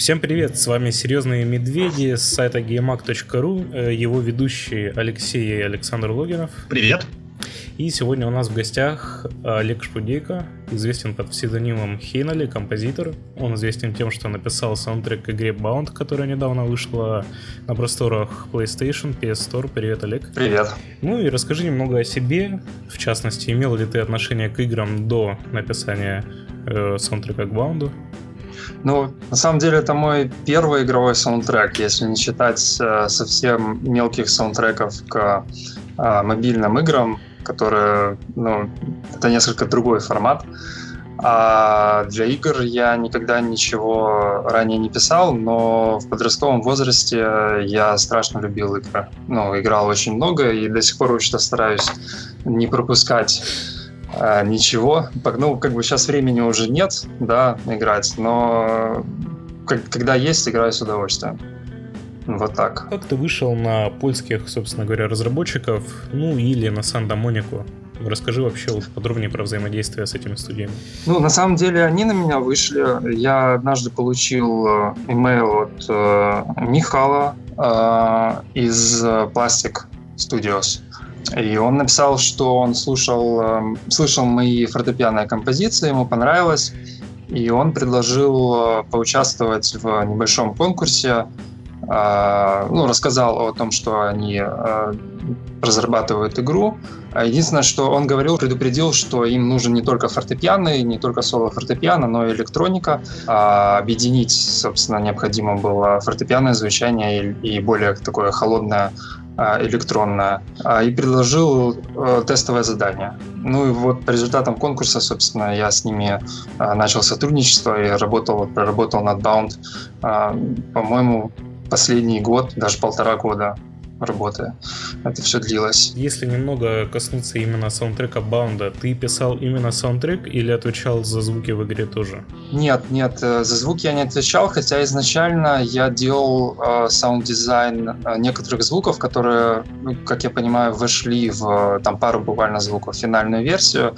Всем привет, с вами Серьезные Медведи с сайта gamehack.ru, его ведущие Алексей и Александр Логинов. Привет. И сегодня у нас в гостях Олег Шпудейко, известен под псевдонимом Хейнали, композитор. Он известен тем, что написал саундтрек к игре Bound, которая недавно вышла на просторах PlayStation, PS Store. Привет, Олег. Привет. Ну и расскажи немного о себе. В частности, имел ли ты отношение к играм до написания саундтрека к Bound? Ну, на самом деле, это мой первый игровой саундтрек, если не считать совсем мелких саундтреков к мобильным играм, которые, это несколько другой формат. А для игр я никогда ничего ранее не писал, но в подростковом возрасте я страшно любил игры. Играл очень много и до сих пор очень стараюсь не пропускать ничего. Сейчас времени уже нет, играть, но когда есть, играю с удовольствием. Вот так. Как ты вышел на польских, собственно говоря, разработчиков, или на Санта-Монику? Расскажи вообще подробнее про взаимодействие с этими студиями. На самом деле они на меня вышли. Я однажды получил имейл от Михала из Plastic Studios. И он написал, что он слышал мои фортепианные композиции, ему понравилось, и он предложил поучаствовать в небольшом конкурсе. Рассказал о том, что они разрабатывают игру. Единственное, что он предупредил, что им нужен не только фортепиано, не только соло-фортепиано, но и электроника. Объединить, собственно, необходимо было фортепианное звучание и более такое холодное электронное. И предложил тестовое задание. По результатам конкурса, собственно, я с ними начал сотрудничество и проработал над Bound, по-моему, последний год, даже 1,5 года работы. Это все длилось. Если немного коснуться именно саундтрека Bound, ты писал именно саундтрек или отвечал за звуки в игре тоже? Нет, за звуки я не отвечал, хотя изначально я делал саунд-дизайн некоторых звуков, которые, как я понимаю, вошли в пару буквально звуков в финальную версию.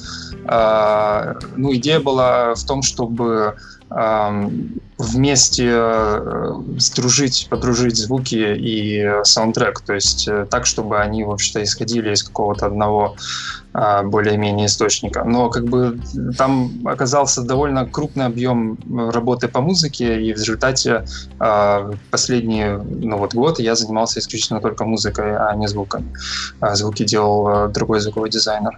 Идея была в том, чтобы вместе подружить звуки и саундтрек, то есть так, чтобы они, в общем-то, исходили из какого-то одного более-менее источника. Но там оказался довольно крупный объем работы по музыке, и в результате последний год я занимался исключительно только музыкой, а не звуками. Звуки делал другой звуковой дизайнер.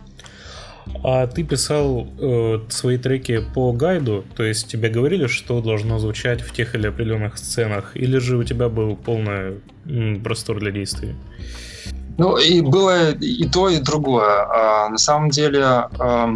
А ты писал свои треки по гайду, то есть тебе говорили, что должно звучать в тех или определенных сценах, или же у тебя был полный простор для действий? И было и то, и другое. На самом деле,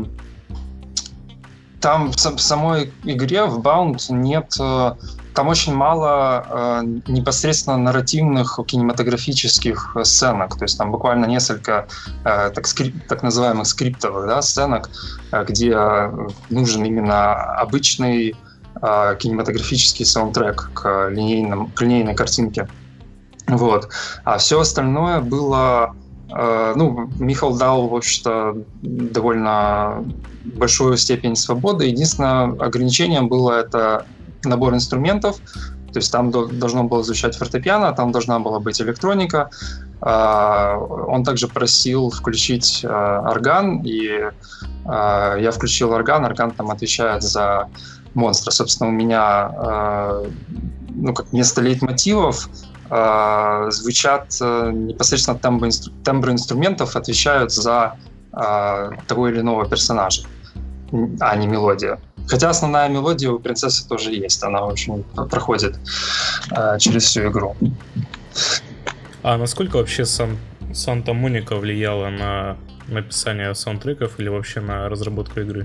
там в самой игре, в Bound, нет... Там очень мало непосредственно нарративных кинематографических сценок. То есть там буквально несколько так называемых скриптовых сценок, где нужен именно обычный кинематографический саундтрек к линейной картинке. А все остальное было... Михаил дал, в общем-то, довольно большую степень свободы. Единственное ограничением было это набор инструментов, то есть там должно было звучать фортепиано, там должна была быть электроника. Он также просил включить орган, и я включил орган там отвечает за монстра. Собственно, у меня вместо лейтмотивов звучат непосредственно тембры инструментов, отвечают за того или иного персонажа, а не мелодия. Хотя основная мелодия у принцессы тоже есть, она, в общем, проходит через всю игру. А насколько вообще Санта-Моника влияла на написание саундтреков или вообще на разработку игры?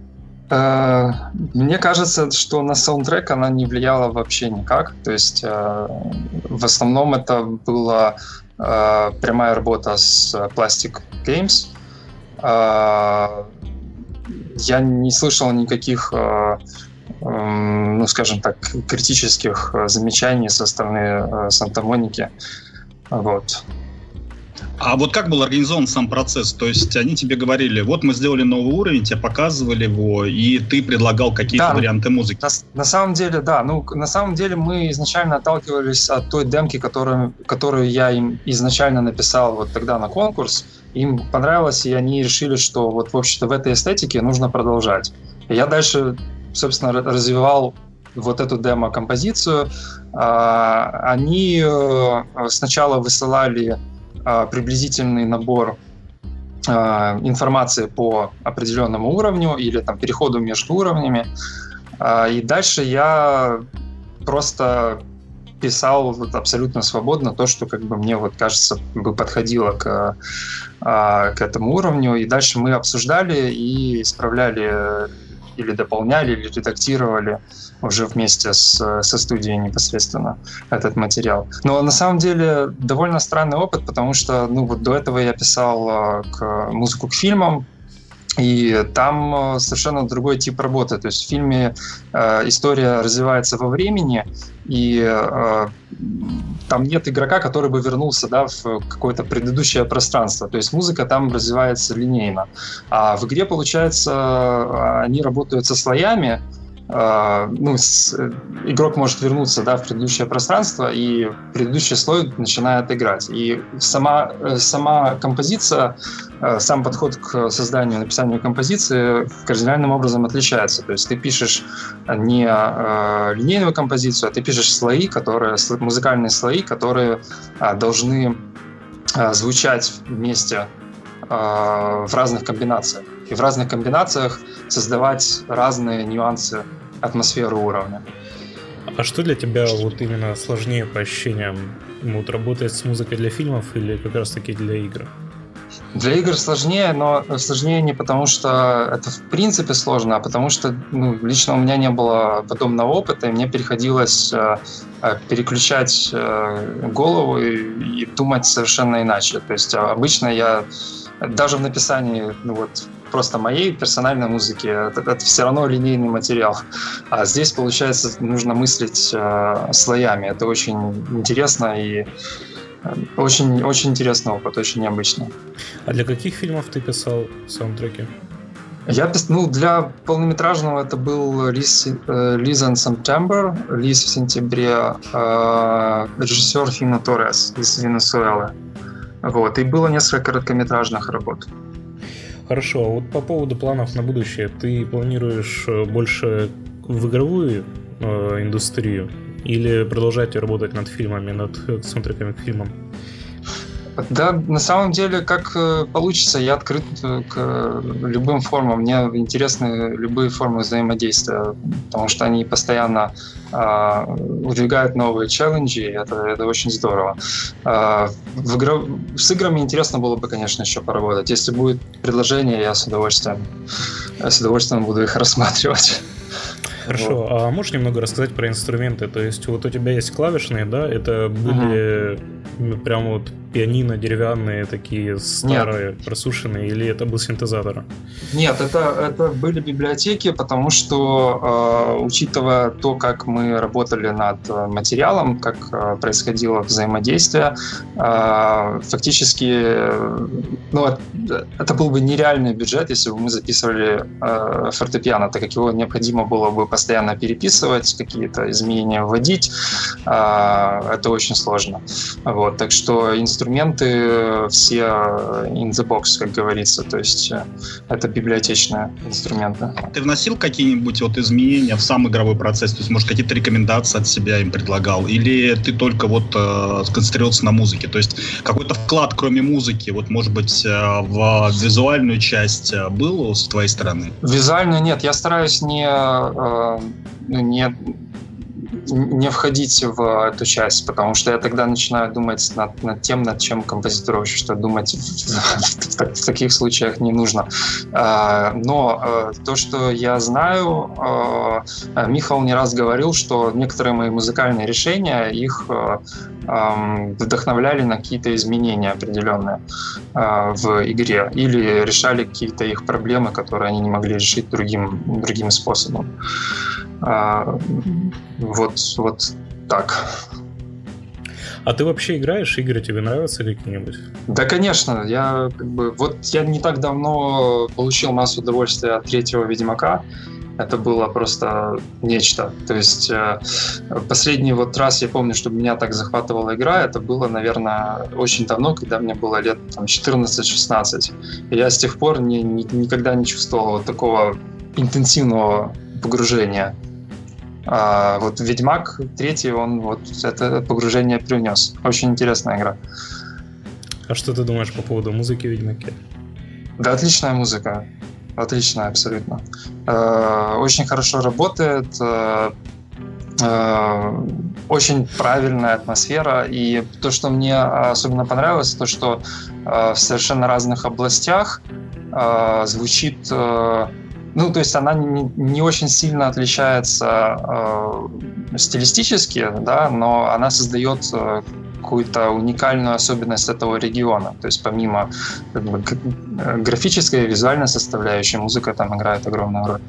Мне кажется, что на саундтрек она не влияла вообще никак. То есть в основном это была прямая работа с Plastic Games. Я не слышал никаких, скажем так, критических замечаний со стороны Санта-Моники. А вот как был организован сам процесс? То есть они тебе говорили, вот мы сделали новый уровень, тебе показывали его, и ты предлагал какие-то варианты музыки? На самом деле, да. На самом деле мы изначально отталкивались от той демки, которую я им изначально написал вот тогда на конкурс. Им понравилось, и они решили, что вот, в общем-то, в этой эстетике нужно продолжать. И я дальше, собственно, развивал вот эту демо-композицию. Они сначала высылали приблизительный набор информации по определенному уровню или там переходу между уровнями. И дальше я просто писал вот абсолютно свободно то, что как бы мне вот кажется бы подходило к этому уровню. И дальше мы обсуждали и исправляли или дополняли, или редактировали уже вместе со студией непосредственно этот материал. Но на самом деле довольно странный опыт, потому что вот до этого я писал музыку к фильмам, и там совершенно другой тип работы. То есть в фильме история развивается во времени, и там нет игрока, который бы вернулся, да, в какое-то предыдущее пространство. То есть музыка там развивается линейно. А в игре, получается, они работают со слоями. Игрок может вернуться, да, в предыдущее пространство, и предыдущий слой начинает играть. И сама композиция, сам подход к созданию, написанию композиции кардинальным образом отличается. То есть ты пишешь не линейную композицию, а ты пишешь музыкальные слои, которые должны звучать вместе в разных комбинациях. И в разных комбинациях создавать разные нюансы атмосферы уровня. А что для тебя вот именно сложнее по ощущениям? Вот работать с музыкой для фильмов или как раз таки для игр? Для игр сложнее, но сложнее не потому, что это в принципе сложно, а потому что лично у меня не было подобного опыта, и мне приходилось переключать голову и думать совершенно иначе. То есть обычно я даже в написании просто моей персональной музыки это все равно линейный материал. А здесь, получается, нужно мыслить слоями. Это очень интересно и очень, очень интересный опыт, очень необычно. А для каких фильмов ты писал саундтреки? Я писал, для полнометражного это был Liz in September, Liz в сентябре, режиссер Хино Торрес из Венесуэлы. Вот, и было несколько короткометражных работ. Хорошо, а вот по поводу планов на будущее, ты планируешь больше в игровую индустрию или продолжать работать над фильмами, над саундтреками к фильмам? Да, на самом деле, как получится, я открыт к любым формам. Мне интересны любые формы взаимодействия, потому что они постоянно выдвигают новые челленджи, и это очень здорово. С играми интересно было бы, конечно, еще поработать. Если будет предложение, я с удовольствием буду их рассматривать. Хорошо, а можешь немного рассказать про инструменты? То есть вот у тебя есть клавишные, да? Это были прям вот пианино деревянные, такие старые, просушенные, или это был синтезатор? Нет, это были библиотеки, потому что, учитывая то, как мы работали над материалом, как происходило взаимодействие, фактически это был бы нереальный бюджет, если бы мы записывали фортепиано, так как его необходимо было бы постоянно переписывать, какие-то изменения вводить. Это очень сложно. Вот, так что инструменты все in the box, как говорится, то есть это библиотечные инструменты. Ты вносил какие-нибудь изменения в сам игровой процесс? То есть, может, какие-то рекомендации от себя им предлагал? Или ты только сконцентрировался на музыке? То есть какой-то вклад, кроме музыки, может быть, в визуальную часть был с твоей стороны? Визуальную нет. Я стараюсь не входить в эту часть, потому что я тогда начинаю думать над тем, над чем композитору вообще что думать в таких случаях не нужно. Но то, что я знаю, Михаил не раз говорил, что некоторые мои музыкальные решения их вдохновляли на какие-то изменения определенные в игре или решали какие-то их проблемы, которые они не могли решить другим способом. Вот так. А ты вообще играешь? Игры тебе нравятся какие-нибудь? Да, конечно. Я не так давно получил массу удовольствия от третьего Ведьмака. Это было просто нечто. То есть последний вот раз я помню, что меня так захватывала игра, это было, наверное, очень давно, когда мне было лет 14-16. И я с тех пор никогда не чувствовал вот такого интенсивного погружения. А вот Ведьмак 3, он вот это погружение привнес. Очень интересная игра. А что ты думаешь по поводу музыки в Ведьмаке? Да, отличная музыка. Отличная, абсолютно. Очень хорошо работает. Очень правильная атмосфера. И то, что мне особенно понравилось, то, что в совершенно разных областях звучит... Ну, то есть она не очень сильно отличается стилистически, да, но она создает какую-то уникальную особенность этого региона. То есть помимо графической и визуальной составляющей, музыка там играет огромную роль.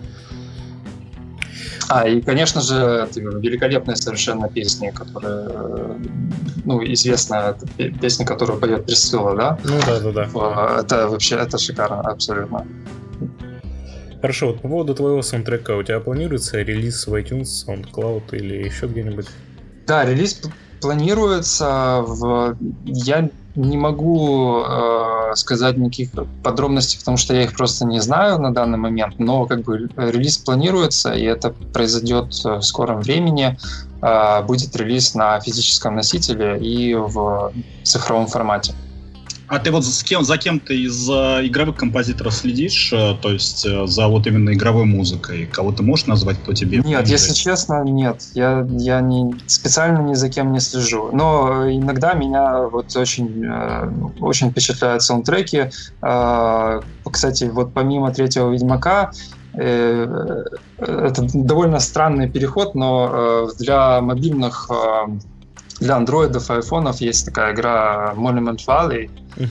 И, конечно же, великолепные совершенно песни, которые, известная песня, которую поет Присцилла, да? Ну да. Это вообще, это шикарно, абсолютно. Хорошо, вот по поводу твоего саундтрека, у тебя планируется релиз в iTunes, SoundCloud или еще где-нибудь? Да, релиз планируется. Я не могу сказать никаких подробностей, потому что я их просто не знаю на данный момент, но релиз планируется, и это произойдет в скором времени. Будет релиз на физическом носителе и в цифровом формате. А ты вот за кем-то из игровых композиторов следишь, то есть за вот именно игровой музыкой? Кого ты можешь назвать, кто тебе? Нет, если честно, нет. Я специально ни за кем не слежу. Но иногда меня вот очень впечатляют саундтреки. Кстати, вот помимо третьего Ведьмака, это довольно странный переход, но для мобильных, для андроидов и айфонов есть такая игра Monument Valley,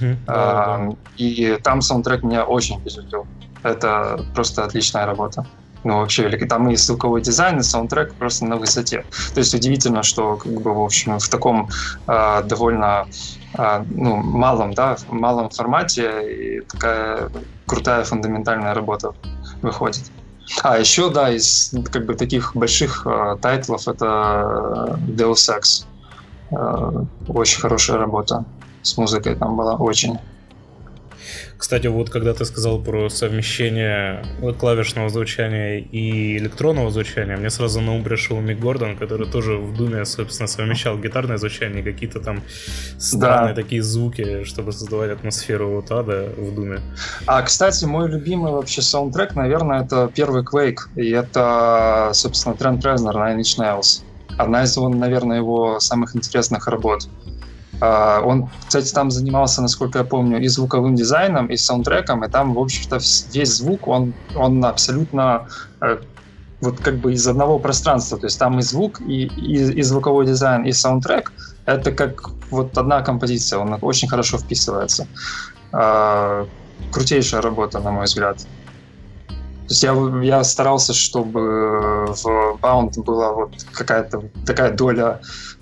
и там саундтрек меня очень впечатлил. Это просто отличная работа. Вообще, там и звуковой дизайн, и саундтрек просто на высоте. То есть удивительно, что в общем в таком довольно малом формате и такая крутая фундаментальная работа выходит. Еще, да, из таких больших тайтлов это Deus Ex. Очень хорошая работа с музыкой там была, очень. Кстати, вот когда ты сказал про совмещение клавишного звучания и электронного звучания, мне сразу на ум пришел Мик Гордон, который тоже в Думе, собственно, совмещал гитарное звучание и какие-то там странные такие звуки, чтобы создавать атмосферу вот ада в Думе. Кстати, мой любимый вообще саундтрек, наверное, это первый Quake, и это, собственно, Трент Резнор, Nine Inch Nails. Одна из, наверное, его самых интересных работ. Он, кстати, там занимался, насколько я помню, и звуковым дизайном, и саундтреком, и там, в общем-то, весь звук, он абсолютно из одного пространства. То есть там и звук, и звуковой дизайн, и саундтрек — это как вот одна композиция, он очень хорошо вписывается. Крутейшая работа, на мой взгляд. То есть я старался, чтобы в Bound была вот какая-то такая доля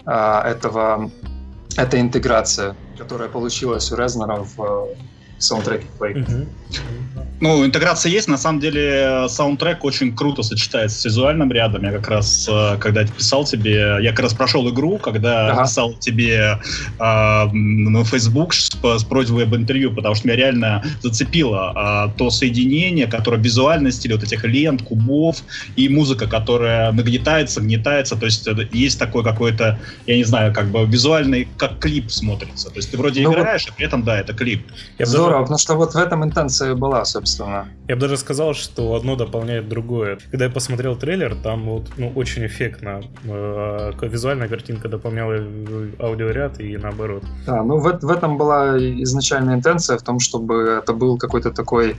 этой интеграции, которая получилась у Резнера в саундтреке Quake. Интеграция есть. На самом деле, саундтрек очень круто сочетается с визуальным рядом. Я как раз, когда писал тебе, я как раз прошел игру, когда писал тебе на Facebook с просьбой об интервью, потому что меня реально зацепило то соединение, которое в визуальном стиле, вот этих лент, кубов, и музыка, которая нагнетается, гнетается. То есть есть такой какой-то, я не знаю, визуальный, как клип смотрится. То есть ты вроде играешь, а при этом, да, это клип. Здорово, потому что вот в этом интенция была, собственно. Я бы даже сказал, что одно дополняет другое. Когда я посмотрел трейлер, там очень эффектно визуальная картинка дополняла аудиоряд и наоборот. Да, в этом была изначальная интенция, в том, чтобы это был какой-то такой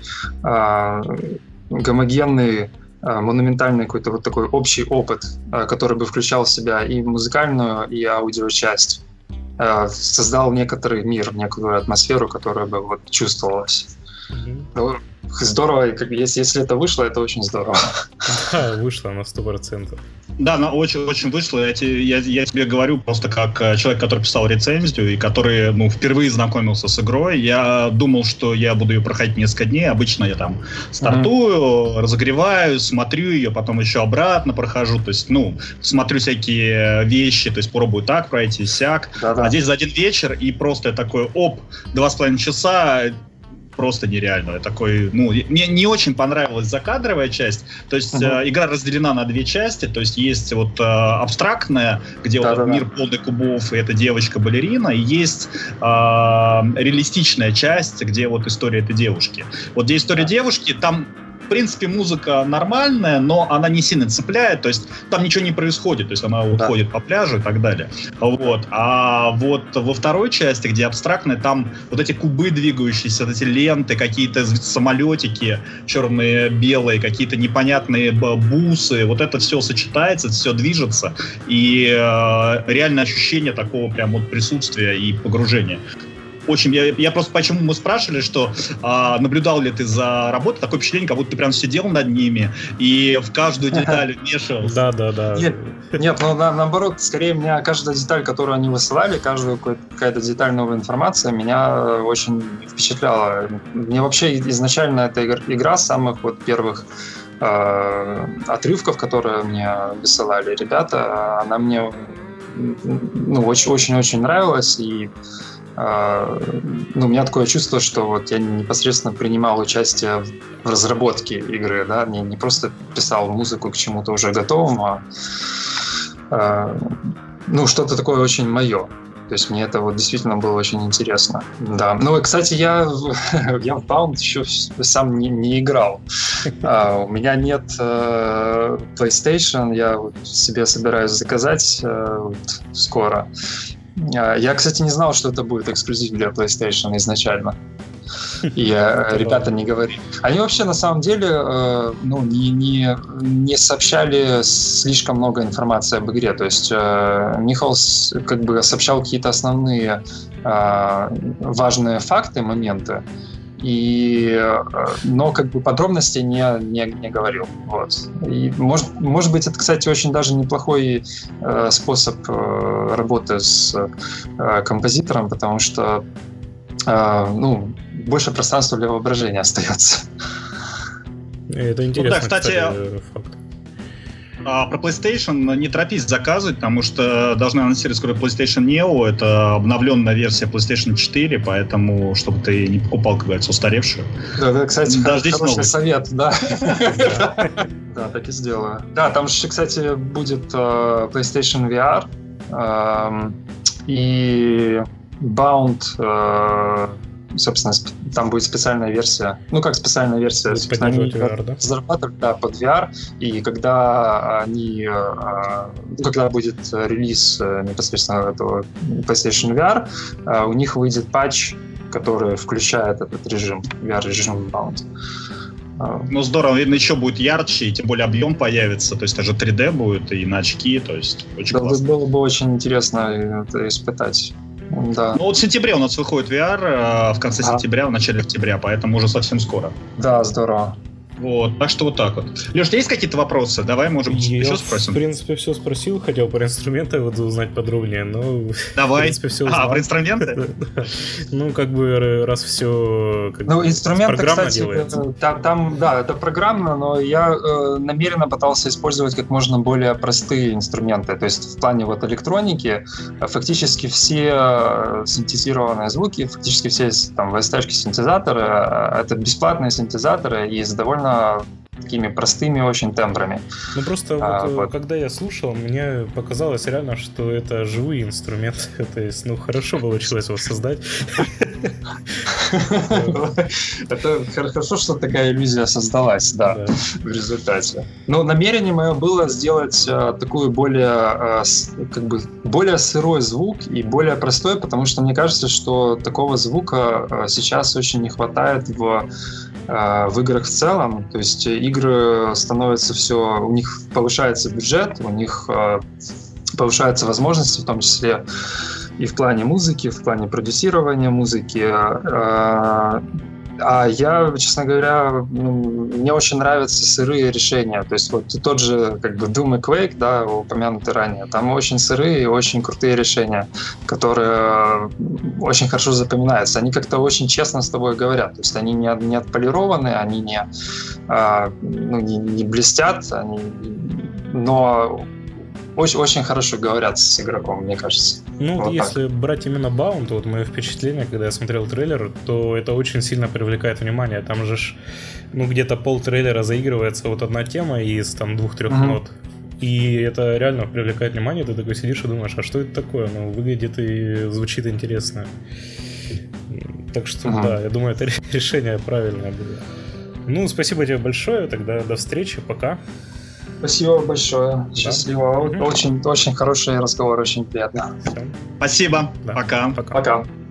гомогенный, монументальный какой-то вот такой общий опыт, который бы включал в себя и музыкальную, и аудиочасть. Создал некоторый мир, некую атмосферу, которая бы вот чувствовалась. Здорово, если это вышло, это очень здорово. Да, вышло на 100%. Да, она очень вышло. Я тебе говорю просто как человек, который писал рецензию и который, впервые знакомился с игрой. Я думал, что я буду ее проходить несколько дней. Обычно я там стартую, разогреваю, смотрю ее, потом еще обратно прохожу. То есть, смотрю всякие вещи, то есть пробую так пройти, сяк. Да-да. А здесь за один вечер, и просто я такой, 2,5 часа, просто нереально. Я такой, мне не очень понравилась закадровая часть. То есть игра разделена на две части. То есть есть вот абстрактная, где мир полный кубов, и эта девочка-балерина, и есть реалистичная часть, где вот история этой девушки. Вот где история девушки, там в принципе, музыка нормальная, но она не сильно цепляет, то есть там ничего не происходит, то есть она ходит по пляжу и так далее. Вот. А вот во второй части, где абстрактная, там вот эти кубы двигающиеся, вот эти ленты, какие-то самолетики черные, белые, какие-то непонятные бусы, вот это все сочетается, это все движется, и реальное ощущение такого прям вот присутствия и погружения. Очень, я просто почему мы спрашивали, что наблюдал ли ты за работой, такое впечатление, как будто ты прям сидел над ними и в каждую деталь вмешивался. Да. Нет, наоборот, скорее меня каждая деталь, которую они высылали, какая-то деталь новой информации меня очень впечатляла. Мне вообще изначально эта игра с самых вот первых отрывков, которые мне высылали ребята, она мне очень-очень нравилась, и у меня такое чувство, что вот я непосредственно принимал участие в разработке игры, да, не просто писал музыку к чему-то уже готовому, что-то такое очень мое. То есть мне это вот действительно было очень интересно. Да. Ну, кстати, я в Bound еще сам не играл. У меня нет PlayStation, я вот себе собираюсь заказать скоро. Я, кстати, не знал, что это будет эксклюзив для PlayStation изначально. И ребята не говорили. Они вообще, на самом деле, не сообщали слишком много информации об игре. То есть Михалс как бы сообщал какие-то основные важные факты, моменты, но как бы подробностей не говорил. Вот. И может быть, это, кстати, очень даже неплохой способ работы с композитором, потому что больше пространства для воображения остается. Это интересно, кстати, факт. Про PlayStation не торопись заказывать, потому что должны анонсировать скоро PlayStation Neo. Это обновленная версия PlayStation 4, поэтому, чтобы ты не покупал, как говорится, устаревшую. Да, кстати, дождись хороший новых. Совет, да. Да, так и сделаю. Да, там же, кстати, будет PlayStation VR и Bound. Собственно, там будет специальная версия. Как специальная версия? Они VR, да? Разрабатывают, под VR. И когда когда будет релиз непосредственно этого PlayStation VR, у них выйдет патч, который включает этот режим, VR-режим Bound. Здорово, видно, еще будет ярче, и тем более объем появится, то есть даже 3D будет, и на очки, то есть очень классно. Было бы очень интересно это испытать. Да. В сентябре у нас выходит VR, в конце сентября, в начале октября, поэтому уже совсем скоро. Да, здорово. Вот, так что вот так вот. Леш, у тебя есть какие-то вопросы? Давай, может быть, еще спросим. В принципе, все спросил, хотел про инструменты узнать подробнее, но... Давай. В принципе, все узнал. Про инструменты? Раз все инструменты, программно кстати, делается. Там, да, это программно, но я намеренно пытался использовать как можно более простые инструменты. То есть в плане вот электроники фактически все синтезированные звуки, фактически все там VST-шки синтезаторы, это бесплатные синтезаторы и с довольно такими простыми очень тембрами. Просто когда я слушал, мне показалось реально, что это живые инструменты. То есть, хорошо получилось его создать. Это хорошо, что такая иллюзия создалась, да, в результате. Но намерение мое было сделать такой более сырой звук и более простой, потому что мне кажется, что такого звука сейчас очень не хватает в играх в целом. То есть игры становятся все, у них повышается бюджет, у них повышаются возможности, в том числе и в плане музыки, в плане продюсирования музыки. А я, честно говоря, мне очень нравятся сырые решения. То есть вот тот же как бы Doom и Quake, да, упомянутый ранее, там очень сырые и очень крутые решения, которые очень хорошо запоминаются. Они как-то очень честно с тобой говорят. То есть они не отполированы, они не блестят, но очень хорошо говорят с игроком, мне кажется. Ну, вот если брать именно Bound, вот мое впечатление, когда я смотрел трейлер, то это очень сильно привлекает внимание. Там же где-то пол-трейлера заигрывается вот одна тема из там 2-3 нот. И это реально привлекает внимание. Ты такой сидишь и думаешь, а что это такое? Ну, выглядит и звучит интересно. Так что, да, я думаю, это решение правильное было. Ну, спасибо тебе большое. Тогда до встречи. Пока. Спасибо большое. Счастливо. Очень хороший разговор, очень приятно. Спасибо. Да. Пока. Пока.